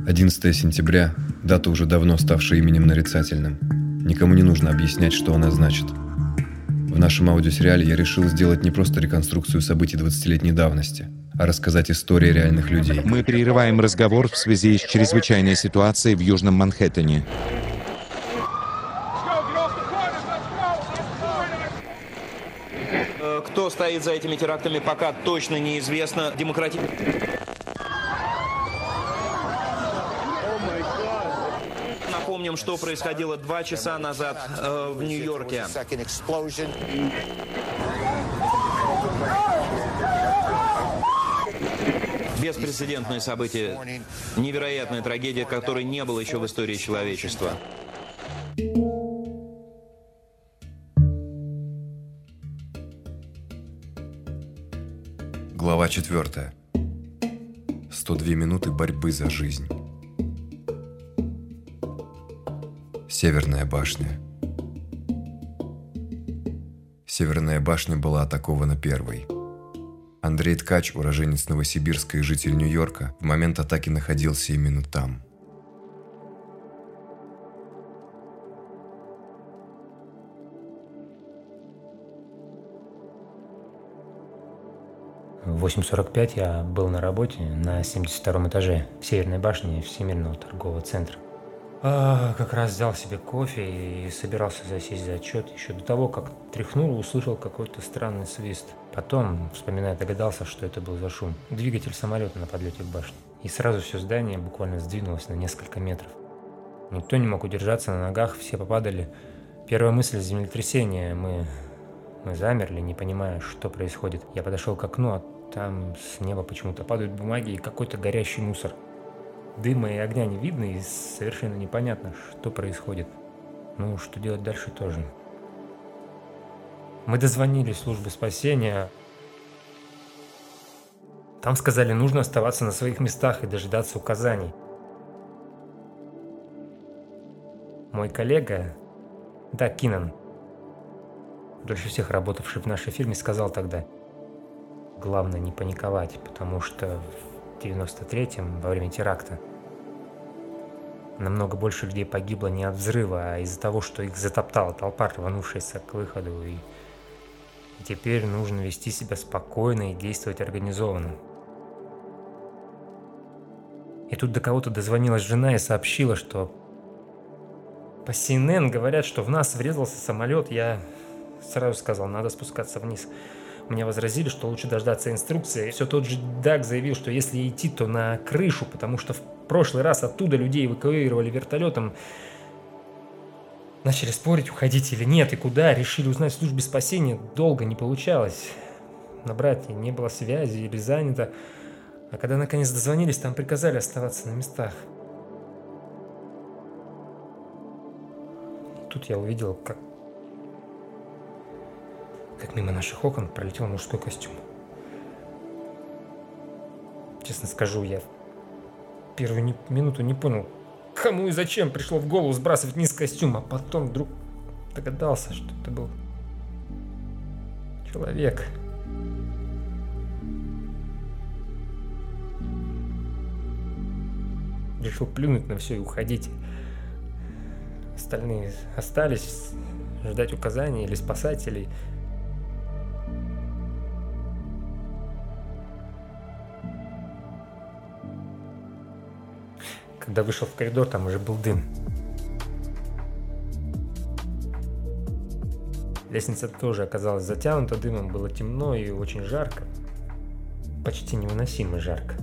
11 сентября – дата, уже давно ставшая именем нарицательным. Никому не нужно объяснять, что она значит. В нашем аудиосериале я решил сделать не просто реконструкцию событий 20-летней давности, а рассказать истории реальных людей. Мы прерываем разговор в связи с чрезвычайной ситуацией в Южном Манхэттене. Кто стоит за этими терактами, пока точно неизвестно. Напомним, что происходило 2 часа назад в Нью-Йорке. Беспрецедентное событие, невероятная трагедия, которой не было еще в истории человечества. Глава 4. 102 минуты борьбы за жизнь. Северная башня. Северная башня была атакована первой. Андрей Ткач, уроженец Новосибирска и житель Нью-Йорка, в момент атаки находился именно там. В 8:45 я был на работе на 72-м этаже Северной башни Всемирного торгового центра. Как раз взял себе кофе и собирался засесть за отчет. Еще до того, как тряхнул, услышал какой-то странный свист. Потом, вспоминая, догадался, что это был за шум. Двигатель самолета на подлете к башне. И сразу все здание буквально сдвинулось на несколько метров. Никто не мог удержаться на ногах, все попадали. Первая мысль — землетрясение. Мы замерли, не понимая, что происходит. Я подошел к окну, а там с неба почему-то падают бумаги и какой-то горящий мусор. Дыма и огня не видно, и совершенно непонятно, что происходит. Ну, что делать дальше тоже. Мы дозвонились в службу спасения. Там сказали, нужно оставаться на своих местах и дожидаться указаний. Мой коллега, Кинан, дольше всех работавший в нашей фирме, сказал тогда: главное не паниковать, потому что в 93-м, во время теракта, намного больше людей погибло не от взрыва, а из-за того, что их затоптала толпа, рванувшаяся к выходу. И теперь нужно вести себя спокойно и действовать организованно. И тут до кого-то дозвонилась жена и сообщила, что по CNN говорят, что в нас врезался самолет. Я сразу сказал, надо спускаться вниз. Мне возразили, что лучше дождаться инструкции. Все тот же Даг заявил, что если идти, то на крышу, потому что в прошлый раз оттуда людей эвакуировали вертолетом. Начали спорить, уходить или нет, и куда. Решили узнать в службе спасения. Долго не получалось. Набрать не было связи или занято. А когда наконец дозвонились, там приказали оставаться на местах. Тут я увидел, как мимо наших окон пролетел мужской костюм. Честно скажу, я первую минуту не понял, кому и зачем пришло в голову сбрасывать вниз костюм, а потом вдруг догадался, что это был человек. Решил плюнуть на все и уходить. Остальные остались ждать указаний или спасателей. Когда вышел в коридор, там уже был дым. Лестница тоже оказалась затянута дымом, было темно и очень жарко. Почти невыносимо жарко.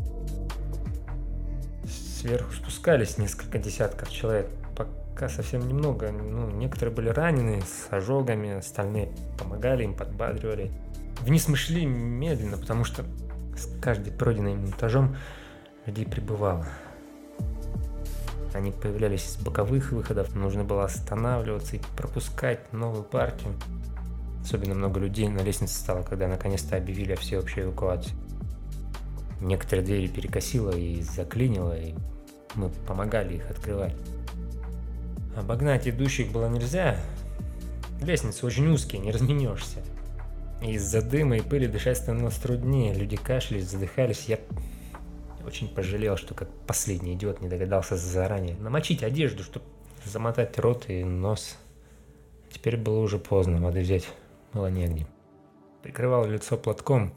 Сверху спускались несколько десятков человек, пока совсем немного. Некоторые были ранены, с ожогами, остальные помогали им, подбадривали. Вниз мы шли медленно, потому что с каждым пройденным этажом людей прибывало. Они появлялись из боковых выходов, нужно было останавливаться и пропускать новую партию. Особенно много людей на лестнице стало, когда наконец-то объявили о всеобщей эвакуации. Некоторые двери перекосило и заклинило, и мы помогали их открывать. Обогнать идущих было нельзя. Лестницы очень узкие, не разменешься. Из-за дыма и пыли дышать становилось труднее. Люди кашлялись, задыхались. Я Очень пожалел, что как последний идиот не догадался заранее намочить одежду, чтобы замотать рот и нос. Теперь было уже поздно, воды взять было негде. Прикрывал лицо платком.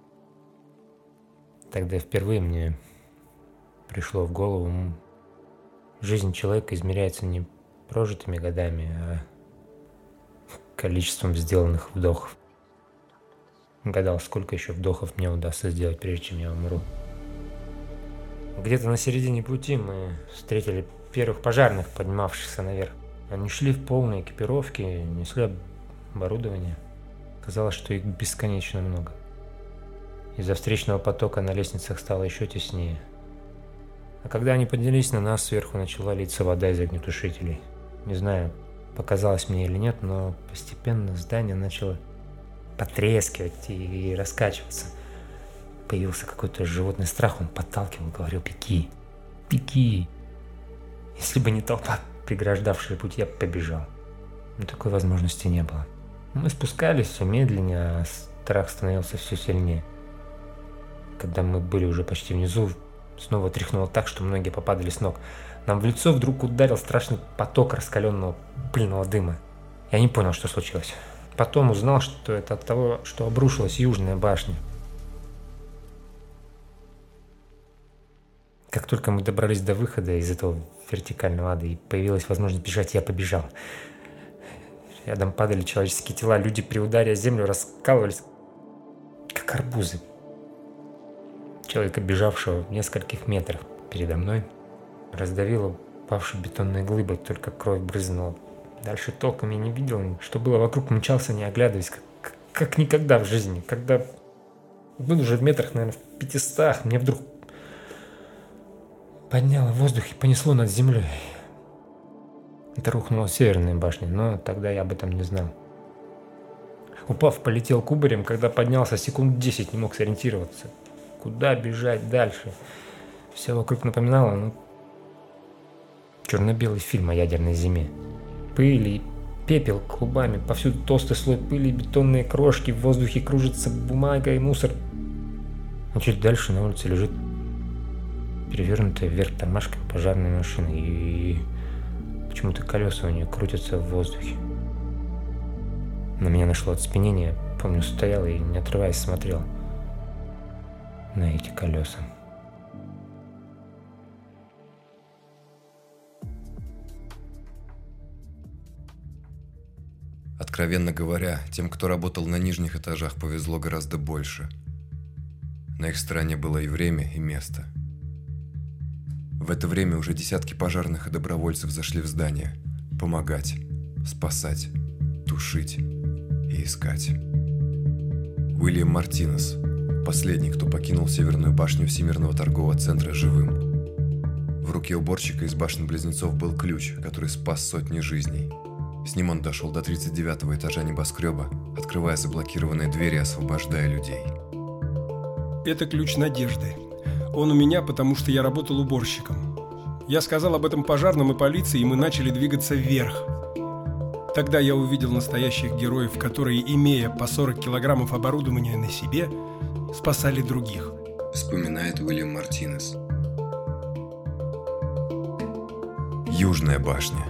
Тогда впервые мне пришло в голову, жизнь человека измеряется не прожитыми годами, а количеством сделанных вдохов. Гадал, сколько еще вдохов мне удастся сделать, прежде чем я умру. Где-то на середине пути мы встретили первых пожарных, поднимавшихся наверх. Они шли в полной экипировке, несли оборудование. Казалось, что их бесконечно много. Из-за встречного потока на лестницах стало еще теснее. А когда они поднялись на нас, сверху начала литься вода из огнетушителей. Не знаю, показалось мне или нет, но постепенно здание начало потрескивать и раскачиваться. Появился какой-то животный страх, он подталкивал, говорил: «Беги, беги». Если бы не толпа, преграждавшая путь, я побежал. Но такой возможности не было. Мы спускались все медленнее, а страх становился все сильнее. Когда мы были уже почти внизу, снова тряхнуло так, что многие попадали с ног. Нам в лицо вдруг ударил страшный поток раскаленного пыльного дыма. Я не понял, что случилось. Потом узнал, что это от того, что обрушилась южная башня. Как только мы добрались до выхода из этого вертикального ада и появилась возможность бежать, я побежал. Рядом падали человеческие тела, люди при ударе о землю раскалывались, как арбузы. Человека, бежавшего в нескольких метрах передо мной, раздавило упавшей бетонной глыбой, только кровь брызнула. Дальше толком я не видел, что было вокруг, мчался, не оглядываясь, как никогда в жизни. Когда был уже в метрах, наверное, в 500, мне вдруг подняло воздух и понесло над землей. Это рухнула северная башня, но тогда я об этом не знал. Упав, полетел кубарем, когда поднялся, секунд 10 не мог сориентироваться. Куда бежать дальше? Все вокруг напоминало, черно-белый фильм о ядерной зиме. Пыль и пепел клубами, повсюду толстый слой пыли, бетонные крошки, в воздухе кружится бумага и мусор. А чуть дальше на улице лежит перевернутая вверх тормашками пожарная машина, и почему-то колеса у нее крутятся в воздухе. На меня нашло оцепенение. Помню, стоял и, не отрываясь, смотрел на эти колеса. Откровенно говоря, тем, кто работал на нижних этажах, повезло гораздо больше. На их стороне было и время, и место. В это время уже десятки пожарных и добровольцев зашли в здание. Помогать, спасать, тушить и искать. Уильям Мартинес, последний, кто покинул Северную башню Всемирного торгового центра живым. В руке уборщика из башен-близнецов был ключ, который спас сотни жизней. С ним он дошел до 39-го этажа небоскреба, открывая заблокированные двери и освобождая людей. Это ключ надежды. Он у меня, потому что я работал уборщиком. Я сказал об этом пожарным и полиции, и мы начали двигаться вверх. Тогда я увидел настоящих героев, которые, имея по 40 килограммов оборудования на себе, спасали других. Вспоминает Уильям Мартинес. Южная башня.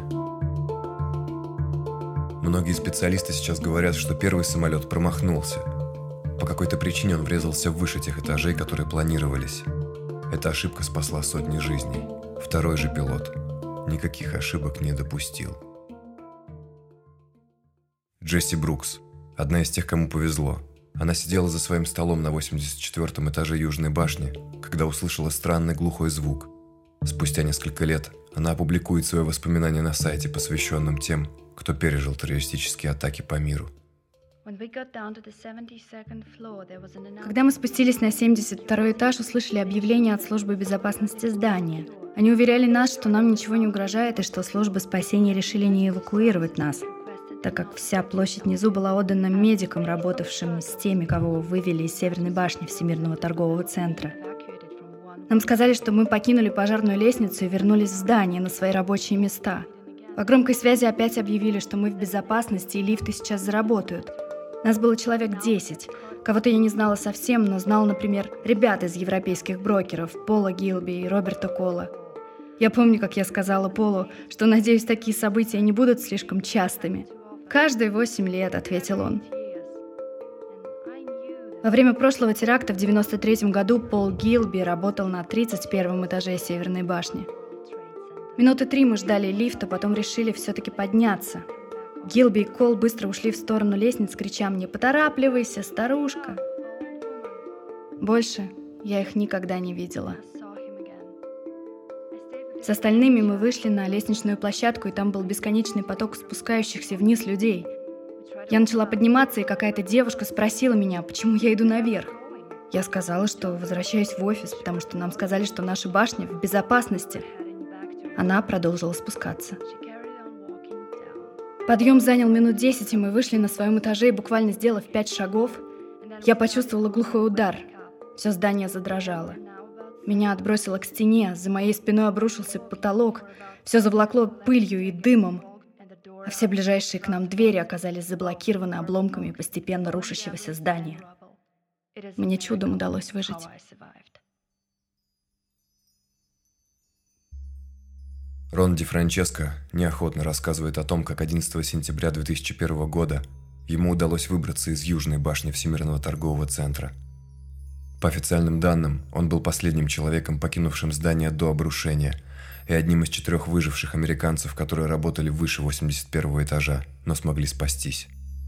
Многие специалисты сейчас говорят, что первый самолет промахнулся. По какой-то причине он врезался выше тех этажей, которые планировались. Эта ошибка спасла сотни жизней. Второй же пилот никаких ошибок не допустил. Джесси Брукс. Одна из тех, кому повезло. Она сидела за своим столом на 84-м этаже Южной башни, когда услышала странный глухой звук. Спустя несколько лет она опубликует свои воспоминания на сайте, посвященном тем, кто пережил террористические атаки по миру. Когда мы спустились на 72-й этаж, услышали объявление от службы безопасности здания. Они уверяли нас, что нам ничего не угрожает и что службы спасения решили не эвакуировать нас, так как вся площадь внизу была отдана медикам, работавшим с теми, кого вывели из Северной башни Всемирного торгового центра. Нам сказали, что мы покинули пожарную лестницу и вернулись в здание на свои рабочие места. По громкой связи опять объявили, что мы в безопасности и лифты сейчас заработают. Нас было человек 10. Кого-то я не знала совсем, но знала, например, ребят из европейских брокеров Пола Гилби и Роберта Кола. Я помню, как я сказала Полу, что, надеюсь, такие события не будут слишком частыми. «Каждые 8 лет», — ответил он. Во время прошлого теракта в 1993 году Пол Гилби работал на 31 этаже Северной башни. Минуты 3 мы ждали лифта, потом решили все-таки подняться. Гилби и Кол быстро ушли в сторону лестниц, крича мне: «Поторапливайся, старушка!» Больше я их никогда не видела. С остальными мы вышли на лестничную площадку, и там был бесконечный поток спускающихся вниз людей. Я начала подниматься, и какая-то девушка спросила меня, почему я иду наверх. Я сказала, что возвращаюсь в офис, потому что нам сказали, что наша башня в безопасности. Она продолжила спускаться. Подъем занял минут 10, и мы вышли на своем этаже, и буквально сделав 5 шагов, я почувствовала глухой удар. Все здание задрожало. Меня отбросило к стене, за моей спиной обрушился потолок, все заволокло пылью и дымом, а все ближайшие к нам двери оказались заблокированы обломками постепенно рушащегося здания. Мне чудом удалось выжить. Рон Ди Франческо неохотно рассказывает о том, как 11 сентября 2001 года ему удалось выбраться из Южной башни Всемирного торгового центра. По официальным данным, он был последним человеком, покинувшим здание до обрушения, и одним из 4 выживших американцев, которые работали выше 81 этажа, но смогли спастись.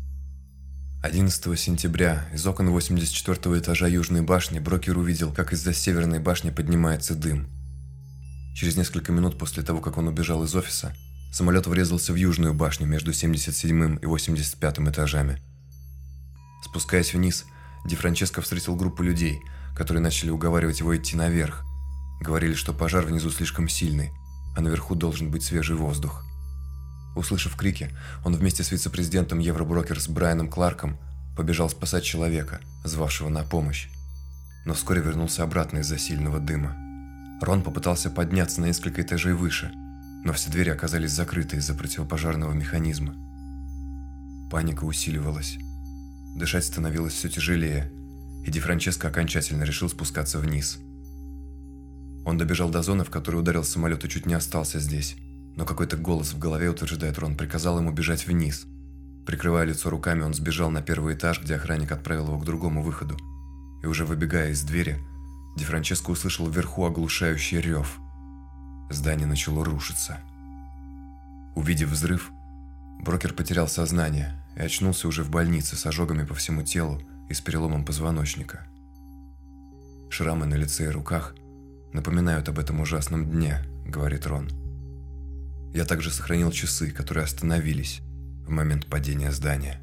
11 сентября из окон 84 этажа Южной башни брокер увидел, как из-за Северной башни поднимается дым. Через несколько минут после того, как он убежал из офиса, самолет врезался в Южную башню между 77 и 85 этажами. Спускаясь вниз, Ди Франческо встретил группу людей, которые начали уговаривать его идти наверх. Говорили, что пожар внизу слишком сильный, а наверху должен быть свежий воздух. Услышав крики, он вместе с вице-президентом Евроброкерс Брайаном Кларком побежал спасать человека, звавшего на помощь. Но вскоре вернулся обратно из-за сильного дыма. Рон попытался подняться на несколько этажей выше, но все двери оказались закрыты из-за противопожарного механизма. Паника усиливалась. Дышать становилось все тяжелее, и Ди Франческо окончательно решил спускаться вниз. Он добежал до зоны, в которой ударил самолет, и чуть не остался здесь. Но какой-то голос в голове, утверждает Рон, приказал ему бежать вниз. Прикрывая лицо руками, он сбежал на 1-й этаж, где охранник отправил его к другому выходу. И уже выбегая из двери, Ди Франческо услышал вверху оглушающий рев. Здание начало рушиться. Увидев взрыв, брокер потерял сознание и очнулся уже в больнице с ожогами по всему телу и с переломом позвоночника. Шрамы на лице и руках напоминают об этом ужасном дне, говорит Рон. Я также сохранил часы, которые остановились в момент падения здания.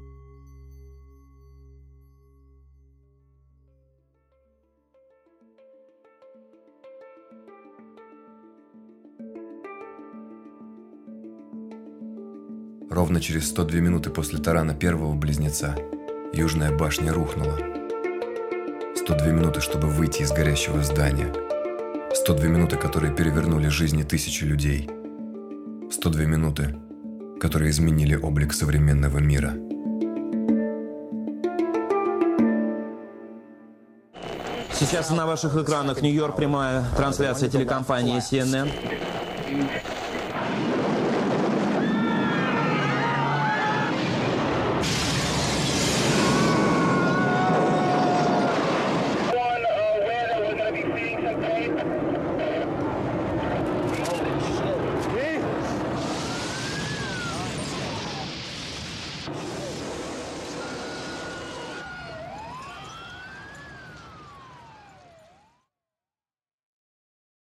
Ровно через 102 минуты после тарана первого близнеца Южная башня рухнула. 102 минуты, чтобы выйти из горящего здания. 102 минуты, которые перевернули жизни тысячи людей. 102 минуты, которые изменили облик современного мира. Сейчас на ваших экранах Нью-Йорк, прямая трансляция телекомпании CNN.